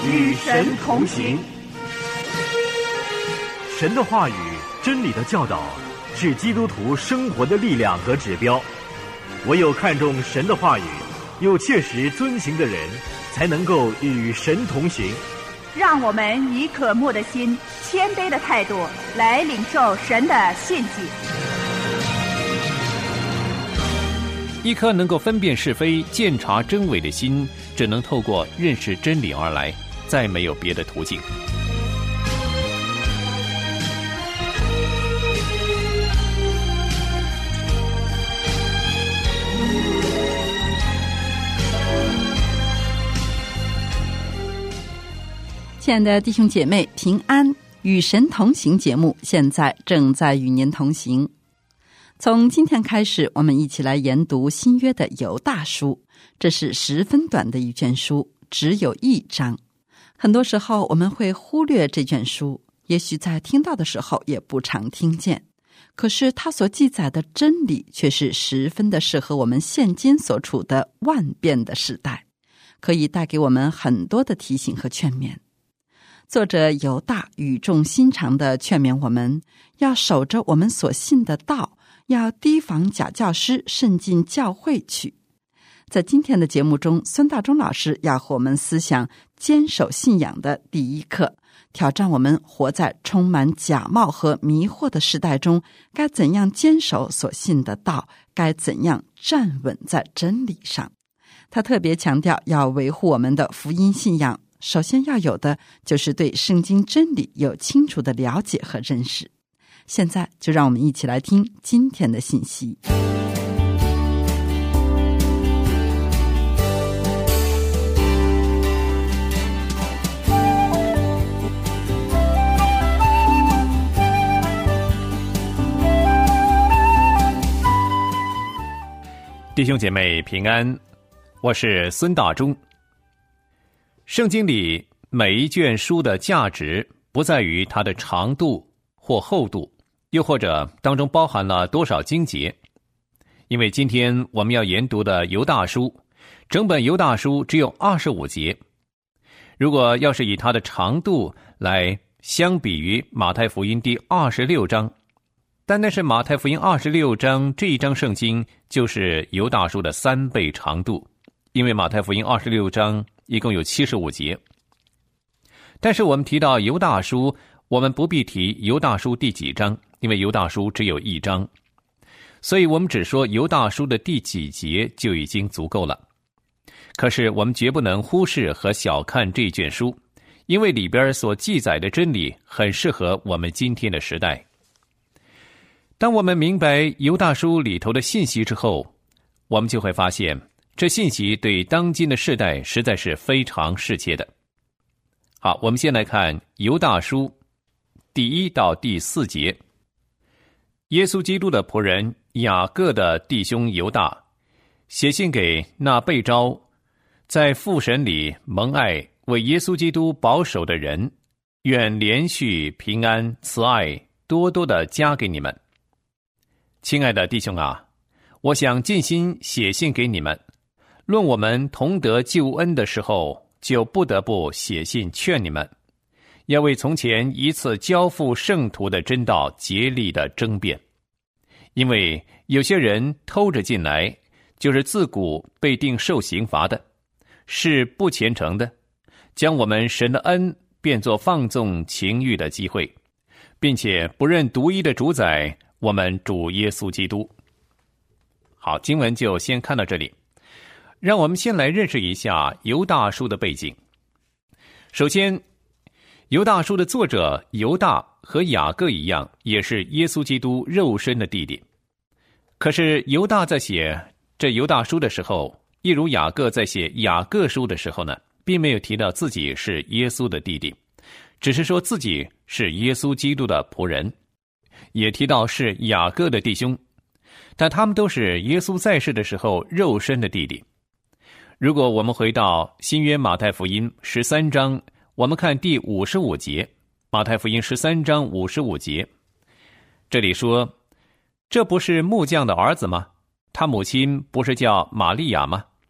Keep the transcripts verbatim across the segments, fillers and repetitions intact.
与神同行。 神的话语、真理的教导是基督徒生活的力量和指标。唯有看重神的话语，又切实遵行的人，才能够与神同行。 让我们以渴慕的心、谦卑的态度来领受神的信息。 一颗能够分辨是非、鉴察真伪的心，只能透过认识真理而来，再没有别的途径。 亲爱的弟兄姐妹，平安，与神同行节目现在正在与您同行。从今天开始，我们一起来研读新约的犹大书。这是十分短的一卷书，只有一章。很多时候我们会忽略这卷书，也许在听到的时候也不常听见。可是它所记载的真理却是十分的适合我们现今所处的万变的时代，可以带给我们很多的提醒和劝勉。作者犹大语重心长地劝勉我们，要守着我们所信的道，要提防假教师渗进教会去。在今天的节目中，孙大中老师要和我们思想坚守信仰的第一课，挑战我们活在充满假冒和迷惑的时代中，该怎样坚守所信的道，该怎样站稳在真理上。他特别强调要维护我们的福音信仰，首先要有的就是对圣经真理有清楚的了解和认识。现在就让我们一起来听今天的信息。 弟兄姐妹平安，我是孙大中。圣经里每一卷书的价值不在于它的长度或厚度，又或者当中包含了多少经节。因为今天我们要研读的犹大书，整本犹大书只有二十五节。如果要是以它的长度来相比于马太福音第二十六章，但那是马太福音二十六章这一章圣经就是犹大书的三倍长度，因为马太福音二十六章一共有七十五节。但是我们提到犹大书，我们不必提犹大书第几章，因为犹大书只有一章，所以我们只说犹大书的第几节就已经足够了。可是我们绝不能忽视和小看这卷书，因为里边所记载的真理很适合我们今天的时代。当我们明白犹大书里头的信息之后，我们就会发现这信息对当今的世代实在是非常适切的。好，我们先来看犹大书第一到第四节。耶稣基督的仆人雅各的弟兄犹大，写信给那被召在父神里蒙爱为耶稣基督保守的人，愿连续平安慈爱多多的加给你们。亲爱的弟兄啊，我想尽心写信给你们，论我们同得救恩的时候，就不得不写信劝你们，要为从前一次交付圣徒的真道竭力的争辩。因为有些人偷着进来，就是自古被定受刑罚的，是不虔诚的，将我们神的恩变作放纵情欲的机会，并且不认独一的主宰我们主耶稣基督。好，经文就先看到这里。让我们先来认识一下犹大书的背景。首先，犹大书的作者犹大和雅各一样，也是耶稣基督肉身的弟弟。可是犹大在写这犹大书的时候，一如雅各在写雅各书的时候呢，并没有提到自己是耶稣的弟弟，只是说自己是耶稣基督的仆人，也提到是雅各的弟兄，但他们都是耶稣在世的时候肉身的弟弟。如果我们回到新约马太福音十三章，我们看第五十五节，马太福音十三章五十五节，这里说，这不是木匠的儿子吗？他母亲不是叫玛利亚吗？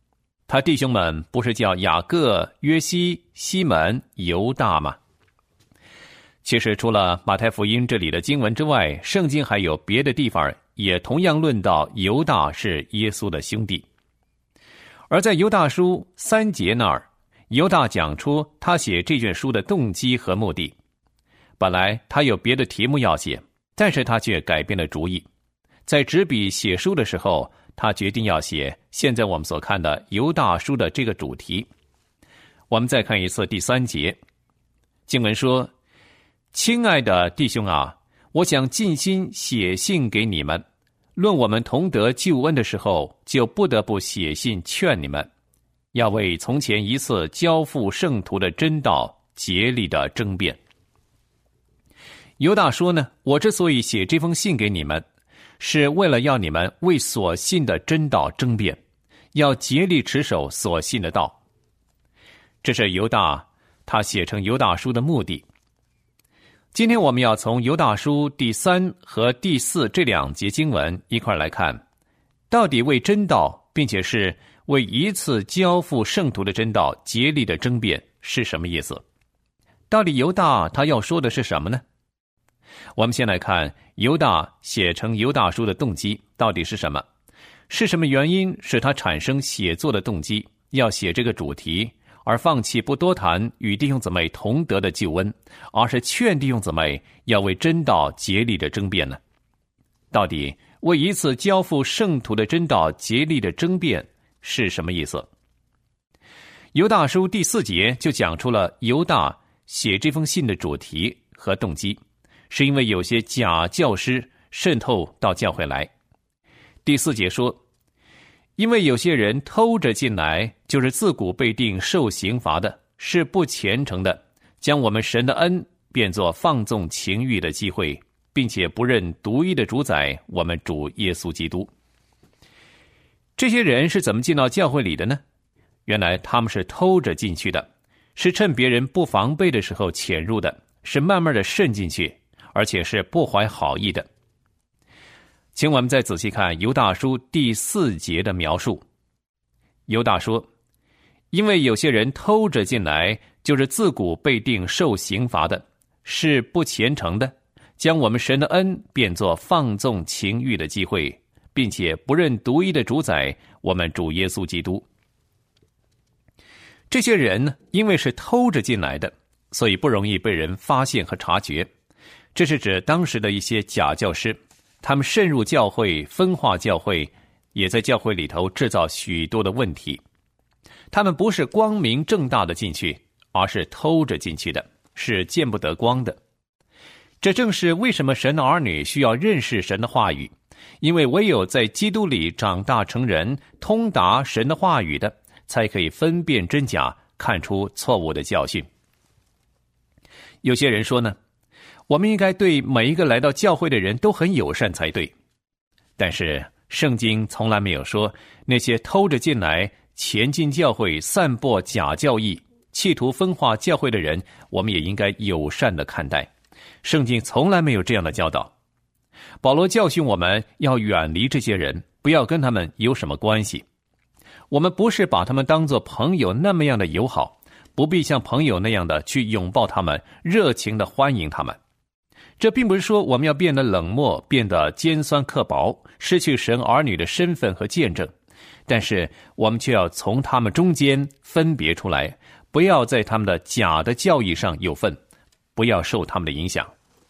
他弟兄们不是叫雅各、约西、西门、犹大吗？其实除了马太福音这里的经文之外，圣经还有别的地方也同样论到犹大是耶稣的兄弟。而在犹大书三节那儿，犹大讲出他写这卷书的动机和目的。本来他有别的题目要写，但是他却改变了主意。在执笔写书的时候，他决定要写现在我们所看的犹大书的这个主题。我们再看一次第三节，经文说：亲爱的弟兄啊，我想尽心写信给你们，论我们同得救恩的时候，就不得不写信劝你们，要为从前一次交付圣徒的真道竭力的争辩。犹大说呢，我之所以写这封信给你们，是为了要你们为所信的真道争辩，要竭力持守所信的道。这是犹大他写成犹大书的目的。今天我们要从犹大书第三和第四这两节经文一块来看，到底为真道，并且是为一次交付圣徒的真道竭力的争辩是什么意思？到底犹大他要说的是什么呢？我们先来看犹大写成犹大书的动机到底是什么？是什么原因使他产生写作的动机，要写这个主题，而放弃不多谈与弟兄姊妹同得的救恩，而是劝弟兄姊妹要为真道竭力的争辩呢？到底为一次交付圣徒的真道竭力的争辩是什么意思？犹大书第四节就讲出了犹大写这封信的主题和动机，是因为有些假教师渗透到教会来。第四节说，因为有些人偷着进来，就是自古被定受刑罚的，是不虔诚的，将我们神的恩变作放纵情欲的机会，并且不认独一的主宰我们主耶稣基督。这些人是怎么进到教会里的呢？原来他们是偷着进去的，是趁别人不防备的时候潜入的，是慢慢的渗进去，而且是不怀好意的。请我们再仔细看犹大书第四节的描述。犹大说，因为有些人偷着进来，就是自古被定受刑罚的，是不虔诚的，将我们神的恩变作放纵情欲的机会，并且不认独一的主宰我们主耶稣基督。这些人呢，因为是偷着进来的，所以不容易被人发现和察觉。这是指当时的一些假教师，他们渗入教会，分化教会，也在教会里头制造许多的问题。他们不是光明正大的进去，而是偷着进去的，是见不得光的。这正是为什么神的儿女需要认识神的话语，因为唯有在基督里长大成人，通达神的话语的，才可以分辨真假，看出错误的教训。有些人说呢，我们应该对每一个来到教会的人都很友善才对。但是圣经从来没有说那些偷着进来、前进教会、散播假教义、企图分化教会的人，我们也应该友善的看待。圣经从来没有这样的教导。保罗教训我们要远离这些人，不要跟他们有什么关系。我们不是把他们当作朋友那么样的友好，不必像朋友那样的去拥抱他们，热情的欢迎他们。这并不是说我们要变得冷漠，变得尖酸刻薄，失去神儿女的身份和见证，但是我们却要从他们中间分别出来，不要在他们的假的教义上有份，不要受他们的影响。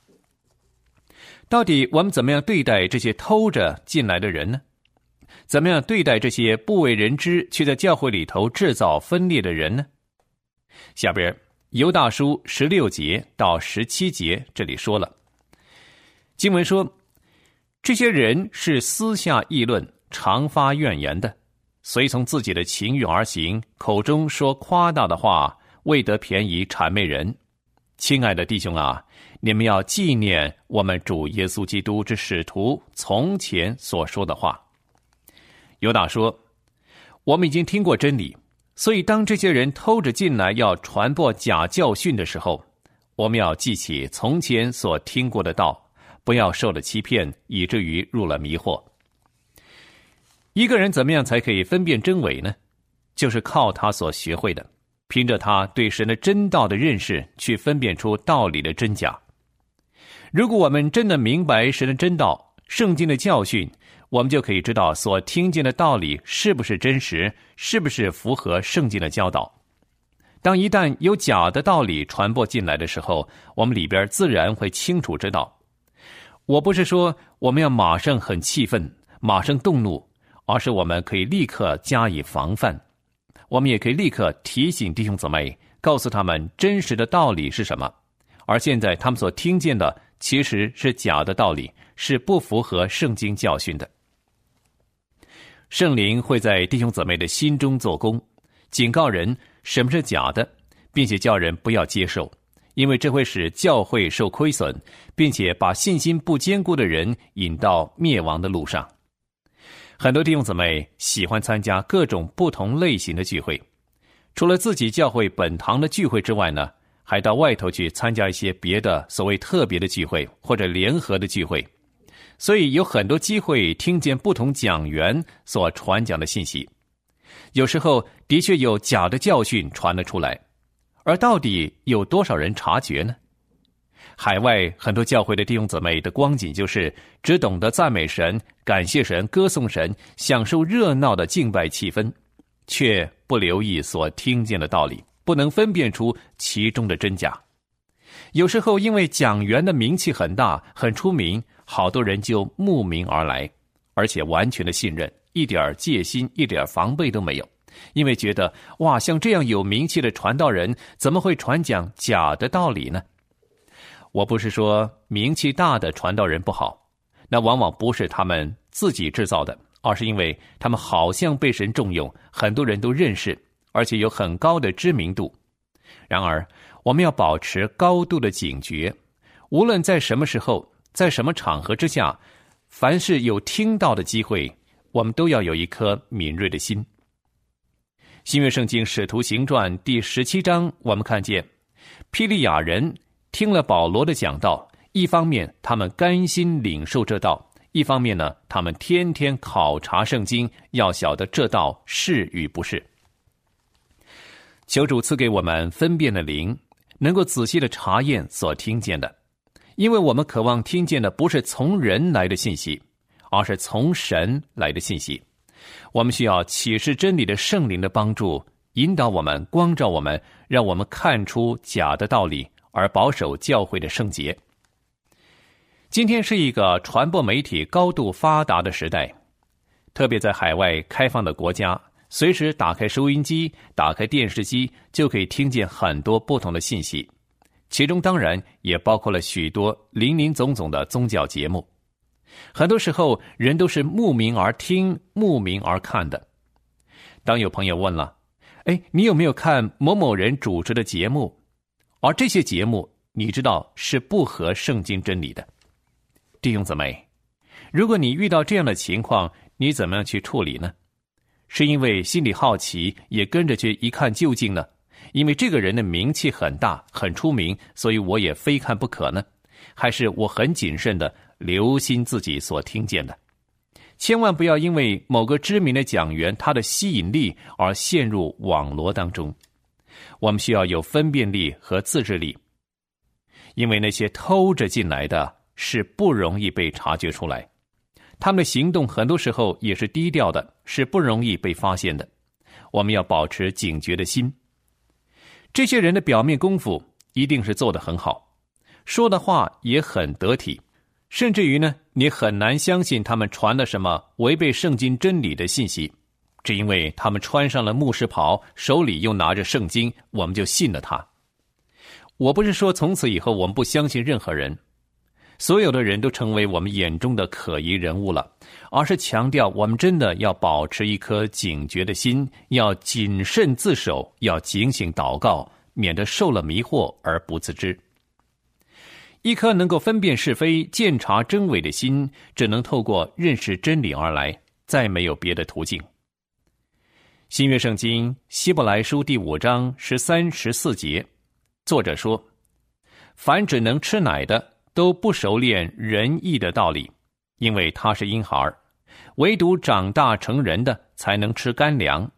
到底我们怎么样对待这些偷着进来的人呢？怎么样对待这些不为人知却在教会里头制造分裂的人呢？下边犹大书十六节到十七节这里说了，经文说，这些人是私下议论，常发怨言的，随从自己的情欲而行，口中说夸大的话，为得便宜谄媚人。亲爱的弟兄啊，你们要纪念我们主耶稣基督之使徒从前所说的话。犹大说，我们已经听过真理，所以当这些人偷着进来要传播假教训的时候，我们要记起从前所听过的道，不要受了欺骗，以至于入了迷惑。一个人怎么样才可以分辨真伪呢？ 就是靠他所学会的，凭着他对神的真道的认识去分辨出道理的真假。如果我们真的明白神的真道，圣经的教训，我们就可以知道所听见的道理是不是真实，是不是符合圣经的教导。当一旦有假的道理传播进来的时候，我们里边自然会清楚知道。我不是说我们要马上很气愤，马上动怒，而是我们可以立刻加以防范。我们也可以立刻提醒弟兄姊妹，告诉他们真实的道理是什么，而现在他们所听见的其实是假的道理，是不符合圣经教训的。圣灵会在弟兄姊妹的心中做工，警告人什么是假的，并且叫人不要接受，因为这会使教会受亏损，并且把信心不坚固的人引到灭亡的路上。很多弟兄姊妹喜欢参加各种不同类型的聚会，除了自己教会本堂的聚会之外呢，还到外头去参加一些别的所谓特别的聚会或者联合的聚会，所以有很多机会听见不同讲员所传讲的信息。有时候的确有假的教训传了出来，而到底有多少人察觉呢？海外很多教会的弟兄姊妹的光景就是只懂得赞美神、感谢神、歌颂神，享受热闹的敬拜气氛，却不留意所听见的道理，不能分辨出其中的真假。有时候因为讲员的名气很大很出名，好多人就慕名而来，而且完全的信任，一点戒心一点防备都没有，因为觉得哇，像这样有名气的传道人怎么会传讲假的道理呢？我不是说名气大的传道人不好，那往往不是他们自己制造的，而是因为他们好像被神重用，很多人都认识，而且有很高的知名度。然而我们要保持高度的警觉，无论在什么时候，在什么场合之下，凡是有听到的机会，我们都要有一颗敏锐的心。新约圣经使徒行传第十七章，我们看见庇利亚人听了保罗的讲道，一方面他们甘心领受这道，一方面呢，他们天天考察圣经，要晓得这道是与不是。求主赐给我们分辨的灵，能够仔细的查验所听见的，因为我们渴望听见的不是从人来的信息，而是从神来的信息。我们需要启示真理的圣灵的帮助，引导我们，光照我们，让我们看出假的道理，而保守教会的圣洁。今天是一个传播媒体高度发达的时代，特别在海外开放的国家，随时打开收音机，打开电视机，就可以听见很多不同的信息，其中当然也包括了许多林林总总的宗教节目。很多时候人都是慕名而听，慕名而看的。当有朋友问了，哎，你有没有看某某人主持的节目？而这些节目你知道是不合圣经真理的。弟兄姊妹，如果你遇到这样的情况，你怎么样去处理呢？是因为心里好奇，也跟着去一看究竟呢？因为这个人的名气很大很出名，所以我也非看不可呢？还是我很谨慎的留心自己所听见的？千万不要因为某个知名的讲员他的吸引力而陷入网罗当中。我们需要有分辨力和自制力，因为那些偷着进来的是不容易被察觉出来，他们的行动很多时候也是低调的，是不容易被发现的。我们要保持警觉的心。这些人的表面功夫一定是做得很好，说的话也很得体，甚至于呢，你很难相信他们传了什么违背圣经真理的信息，只因为他们穿上了牧师袍，手里又拿着圣经，我们就信了他。我不是说从此以后我们不相信任何人，所有的人都成为我们眼中的可疑人物了，而是强调我们真的要保持一颗警觉的心，要谨慎自守，要警醒祷告，免得受了迷惑而不自知。一颗能够分辨是非、鉴察真伪的心，只能透过认识真理而来，再没有别的途径。新约圣经希伯来书第五章十三、十四节，作者说：凡只能吃奶的，都不熟练仁义的道理，因为他是婴孩；唯独长大成人的，才能吃干粮。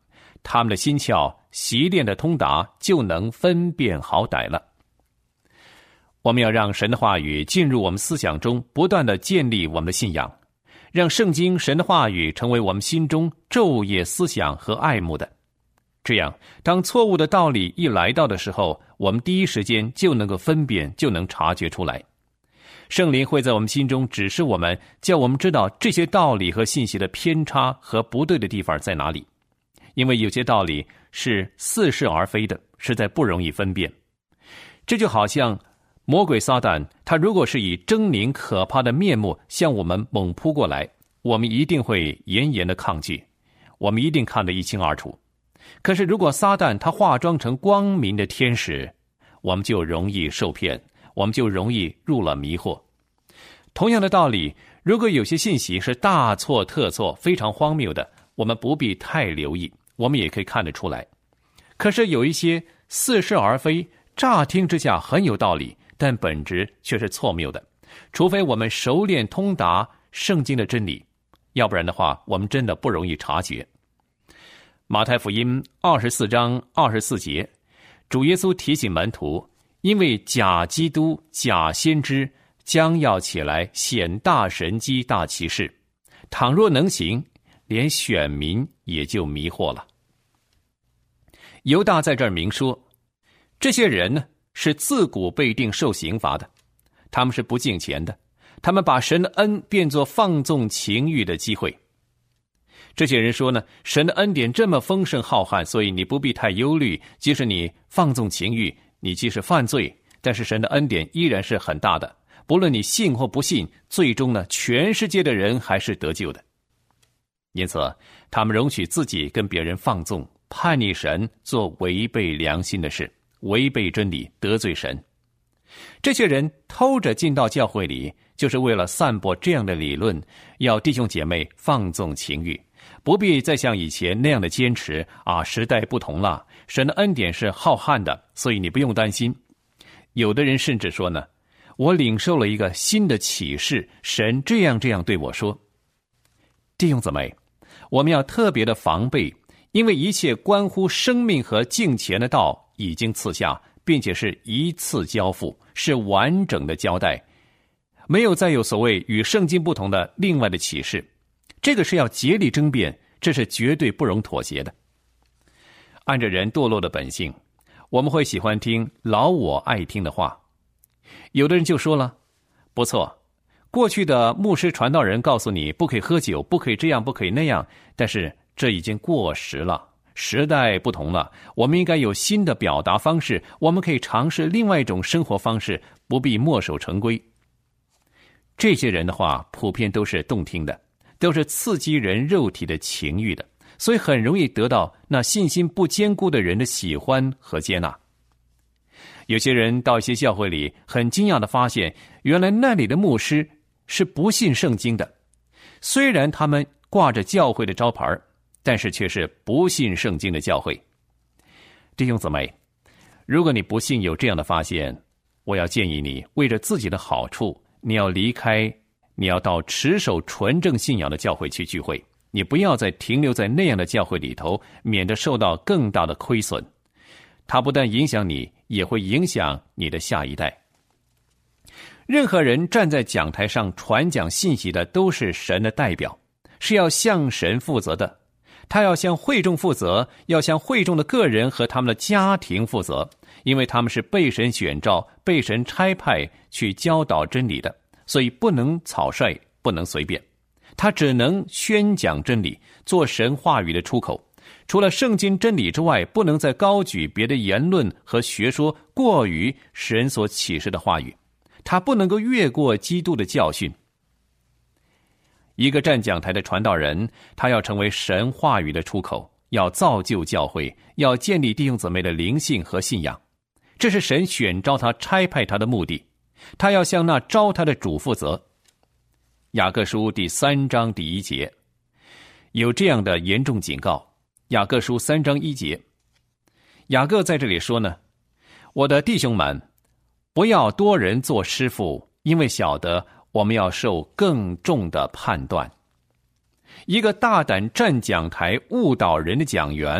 他们的心窍习练的通达，就能分辨好歹了。我们要让神的话语进入我们思想中，不断地建立我们的信仰，让圣经神的话语成为我们心中昼夜思想和爱慕的。这样，当错误的道理一来到的时候，我们第一时间就能够分辨，就能察觉出来。圣灵会在我们心中指示我们，叫我们知道这些道理和信息的偏差和不对的地方在哪里。因为有些道理是似是而非的，实在不容易分辨。这就好像魔鬼撒旦，他如果是以狰狞可怕的面目向我们猛扑过来，我们一定会严严的抗拒，我们一定看得一清二楚。可是如果撒旦他化妆成光明的天使，我们就容易受骗，我们就容易入了迷惑。同样的道理，如果有些信息是大错特错，非常荒谬的，我们不必太留意，我们也可以看得出来。可是有一些似是而非，乍听之下很有道理，但本质却是错谬的，除非我们熟练通达圣经的真理，要不然的话，我们真的不容易察觉。马太福音二十四章二十四节，主耶稣提醒门徒，因为假基督、假先知将要起来显大神机、大奇事，倘若能行，连选民也就迷惑了。犹大在这儿明说，这些人呢，是自古被定受刑罚的，他们是不敬虔的，他们把神的恩变作放纵情欲的机会。这些人说呢，神的恩典这么丰盛浩瀚，所以你不必太忧虑，即使你放纵情欲，你即使犯罪，但是神的恩典依然是很大的，不论你信或不信，最终呢，全世界的人还是得救的。因此他们容许自己跟别人放纵，叛逆神，做违背良心的事，违背真理，得罪神。这些人偷着进到教会里，就是为了散播这样的理论，要弟兄姐妹放纵情欲，不必再像以前那样的坚持啊！时代不同了，神的恩典是浩瀚的，所以你不用担心。有的人甚至说呢，我领受了一个新的启示，神这样这样对我说。弟兄姊妹，我们要特别的防备，因为一切关乎生命和敬虔的道已经赐下，并且是一次交付，是完整的交代，没有再有所谓与圣经不同的另外的启示。这个是要竭力争辩，这是绝对不容妥协的。按着人堕落的本性，我们会喜欢听老我爱听的话。有的人就说了，不错，过去的牧师传道人告诉你不可以喝酒，不可以这样，不可以那样，但是这已经过时了，时代不同了，我们应该有新的表达方式，我们可以尝试另外一种生活方式，不必墨守成规。这些人的话普遍都是动听的，都是刺激人肉体的情欲的，所以很容易得到那信心不坚固的人的喜欢和接纳。有些人到一些教会里，很惊讶地发现，原来那里的牧师是不信圣经的，虽然他们挂着教会的招牌，但是却是不信圣经的教会。弟兄姊妹，如果你不幸有这样的发现，我要建议你，为着自己的好处，你要离开，你要到持守纯正信仰的教会去聚会，你不要再停留在那样的教会里头，免得受到更大的亏损。它不但影响你，也会影响你的下一代。任何人站在讲台上传讲信息的，都是神的代表，是要向神负责的。他要向会众负责，要向会众的个人和他们的家庭负责，因为他们是被神选召、被神差派去教导真理的，所以不能草率，不能随便。他只能宣讲真理，做神话语的出口。除了圣经真理之外，不能再高举别的言论和学说，过于神所启示的话语。他不能够越过基督的教训。一个站讲台的传道人，他要成为神话语的出口，要造就教会，要建立弟兄姊妹的灵性和信仰，这是神选召他、差派他的目的。他要向那召他的主负责。雅各书第三章第一节有这样的严重警告。雅各书三章一节，雅各在这里说呢，我的弟兄们，不要多人做师傅，因为晓得我们要受更重的判断。一个大胆站讲台误导人的讲员，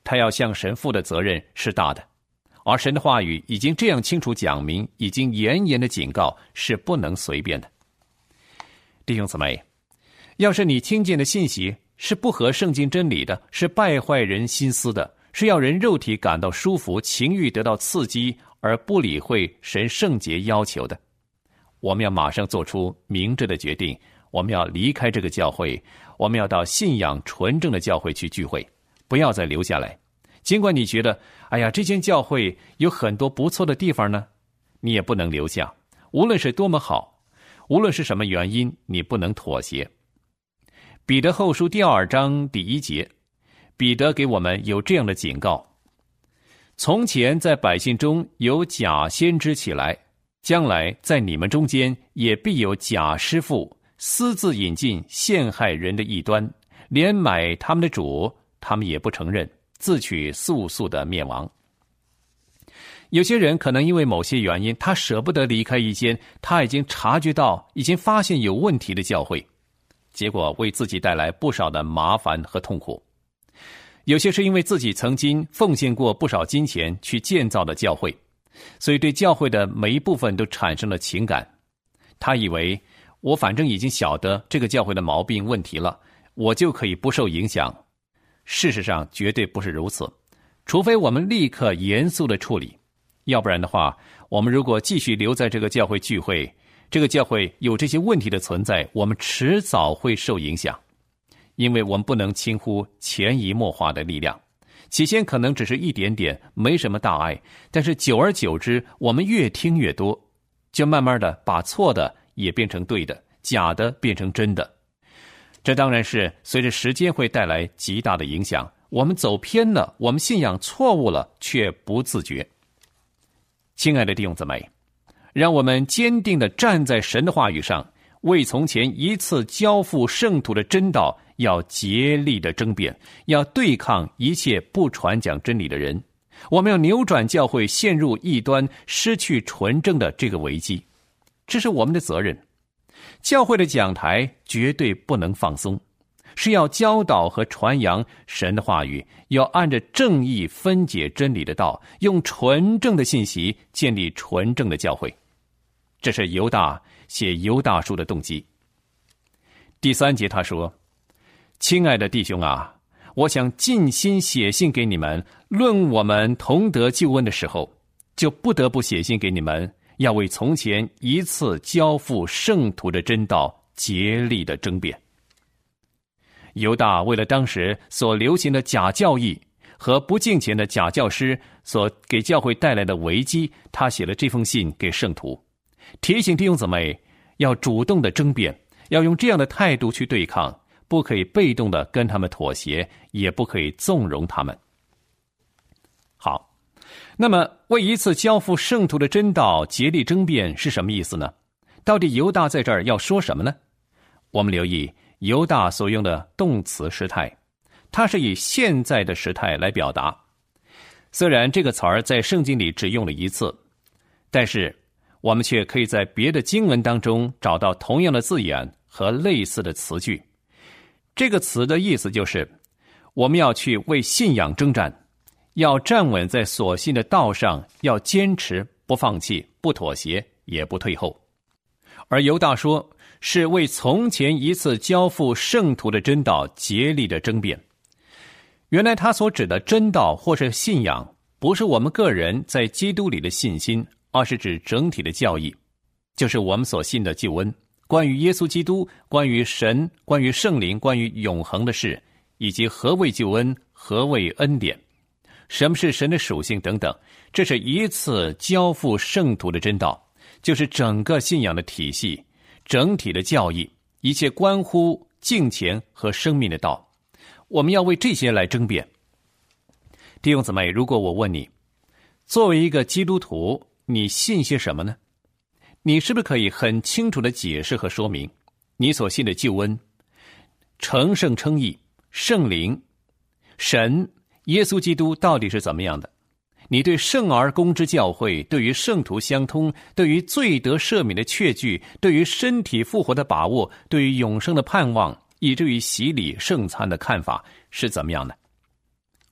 他要向神负的责任是大的，而神的话语已经这样清楚讲明，已经严严的警告，是不能随便的。弟兄姊妹，要是你听见的信息是不合圣经真理的，是败坏人心思的，是要人肉体感到舒服，情欲得到刺激，而不理会神圣洁要求的，我们要马上做出明智的决定，我们要离开这个教会，我们要到信仰纯正的教会去聚会，不要再留下来。尽管你觉得哎呀，这间教会有很多不错的地方呢，你也不能留下，无论是多么好，无论是什么原因，你不能妥协。彼得后书第二章第一节，彼得给我们有这样的警告：从前在百姓中有假先知起来，将来在你们中间也必有假师傅，私自引进陷害人的异端，连买他们的主他们也不承认，自取速速的灭亡。有些人可能因为某些原因，他舍不得离开一间他已经察觉到已经发现有问题的教会，结果为自己带来不少的麻烦和痛苦。有些是因为自己曾经奉献过不少金钱去建造的教会，所以对教会的每一部分都产生了情感。他以为我反正已经晓得这个教会的毛病问题了，我就可以不受影响。事实上绝对不是如此，除非我们立刻严肃的处理，要不然的话，我们如果继续留在这个教会聚会，这个教会有这些问题的存在，我们迟早会受影响。因为我们不能轻忽潜移默化的力量，起先可能只是一点点，没什么大碍，但是久而久之，我们越听越多，就慢慢的把错的也变成对的，假的变成真的。这当然是随着时间会带来极大的影响，我们走偏了，我们信仰错误了，却不自觉。亲爱的弟兄姊妹，让我们坚定地站在神的话语上，为从前一次交付圣徒的真道要竭力的争辩，要对抗一切不传讲真理的人。我们要扭转教会陷入异端、失去纯正的这个危机，这是我们的责任。教会的讲台绝对不能放松，是要教导和传扬神的话语，要按着正义分解真理的道，用纯正的信息建立纯正的教会。这是犹大写犹大书的动机。第三节他说：亲爱的弟兄啊，我想尽心写信给你们，论我们同得救恩的时候，就不得不写信给你们，要为从前一次交付圣徒的真道竭力的争辩。犹大为了当时所流行的假教义和不敬虔的假教师所给教会带来的危机，他写了这封信给圣徒，提醒弟兄姊妹要主动的争辩，要用这样的态度去对抗，不可以被动的跟他们妥协，也不可以纵容他们。好，那么为一次交付圣徒的真道竭力争辩是什么意思呢？到底犹大在这儿要说什么呢？我们留意犹大所用的动词时态，它是以现在的时态来表达。虽然这个词儿在圣经里只用了一次，但是我们却可以在别的经文当中找到同样的字眼和类似的词句。这个词的意思就是，我们要去为信仰征战，要站稳在所信的道上，要坚持不放弃，不妥协，也不退后。而犹大说是为从前一次交付圣徒的真道竭力的争辩。原来他所指的真道或是信仰，不是我们个人在基督里的信心，而是指整体的教义，就是我们所信的救恩，关于耶稣基督，关于神，关于圣灵，关于永恒的事，以及何谓救恩，何谓恩典，什么是神的属性等等。这是一次交付圣徒的真道，就是整个信仰的体系，整体的教义，一切关乎敬虔和生命的道，我们要为这些来争辩。弟兄姊妹，如果我问你，作为一个基督徒，你信些什么呢？你是不是可以很清楚地解释和说明你所信的救恩、成圣称义、圣灵、神、耶稣基督到底是怎么样的？你对圣而公之教会，对于圣徒相通，对于罪得赦免的确据，对于身体复活的把握，对于永生的盼望，以至于洗礼圣餐的看法是怎么样的？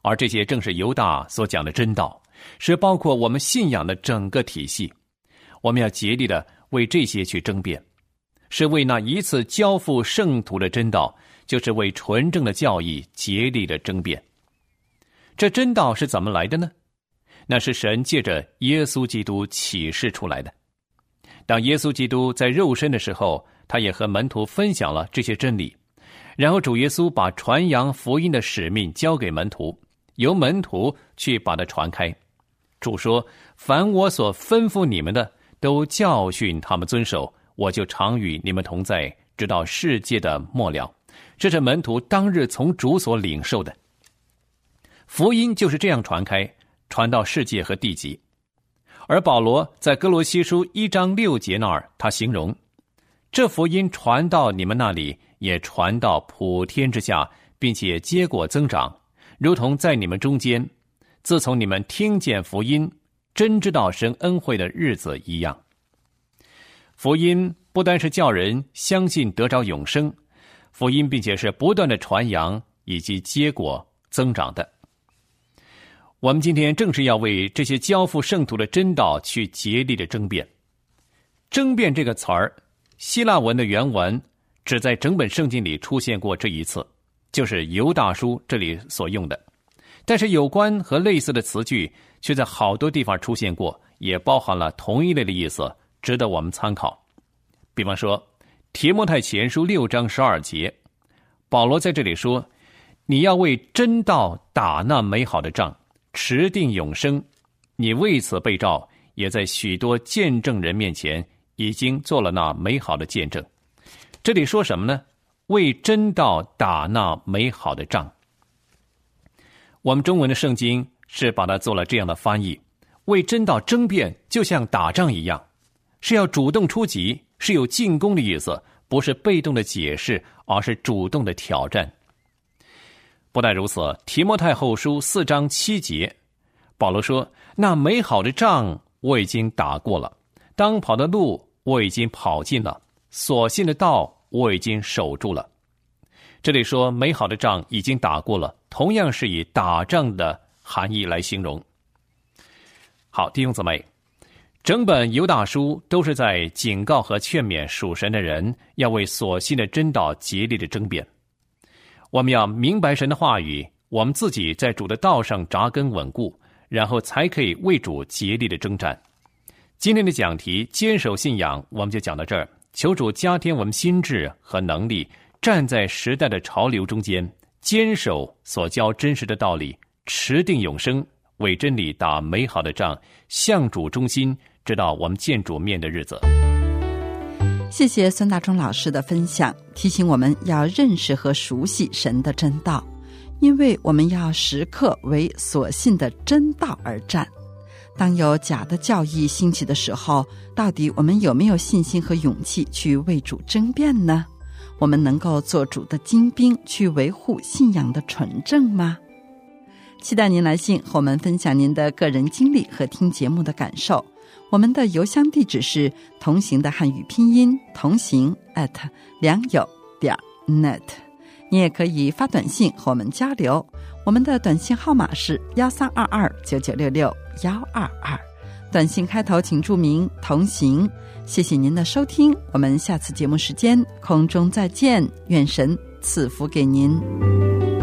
而这些正是犹大所讲的真道，是包括我们信仰的整个体系。我们要竭力的为这些去争辩，是为那一次交付圣徒的真道，就是为纯正的教义竭力的争辩。这真道是怎么来的呢？那是神借着耶稣基督启示出来的。当耶稣基督在肉身的时候，他也和门徒分享了这些真理，然后主耶稣把传扬福音的使命交给门徒，由门徒去把它传开。主说，凡我所吩咐你们的，都教训他们遵守，我就常与你们同在，直到世界的末了。这是门徒当日从主所领受的。福音就是这样传开，传到世界和地极。而保罗在哥罗西书一章六节那儿，他形容这福音传到你们那里，也传到普天之下，并且结果增长，如同在你们中间，自从你们听见福音，真知道神恩惠的日子一样。福音不单是叫人相信得着永生，福音并且是不断的传扬以及结果增长的。我们今天正是要为这些交付圣徒的真道去竭力的争辩。争辩这个词儿，希腊文的原文只在整本圣经里出现过这一次，就是犹大书这里所用的。但是有关和类似的词句却在好多地方出现过，也包含了同一类的意思，值得我们参考。比方说提摩太前书六章十二节，保罗在这里说，你要为真道打那美好的仗，持定永生。你为此被召，也在许多见证人面前已经做了那美好的见证。这里说什么呢？为真道打那美好的仗。我们中文的圣经是把它做了这样的翻译，为真道争辩就像打仗一样，是要主动出击，是有进攻的意思，不是被动的解释，而是主动的挑战。不但如此，提摩太后书四章七节，保罗说，那美好的仗我已经打过了，当跑的路我已经跑尽了，所信的道我已经守住了。这里说美好的仗已经打过了，同样是以打仗的含义来形容。好，弟兄姊妹，整本犹大书都是在警告和劝勉属神的人要为所信的真道竭力的争辩。我们要明白神的话语，我们自己在主的道上扎根稳固，然后才可以为主竭力的征战。今天的讲题坚守信仰，我们就讲到这儿。求主加添我们心智和能力，站在时代的潮流中间，坚守所教真实的道理，持定永生，为真理打美好的仗，向主忠心，直到我们见主面的日子。 谢谢孙大中老师的分享，提醒我们要认识和熟悉神的真道，因为我们要时刻为所信的真道而战。当有假的教义兴起的时候，到底我们有没有信心和勇气去为主争辩呢？我们能够做主的精兵，去维护信仰的纯正吗？期待您来信和我们分享您的个人经历和听节目的感受。我们的邮箱地址是同行的汉语拼音同行 at 良友点 net。 你也可以发短信和我们交流，我们的短信号码是幺三二二九九六六幺二二，短信开头请注明同行。谢谢您的收听，我们下次节目时间空中再见，愿神赐福给您。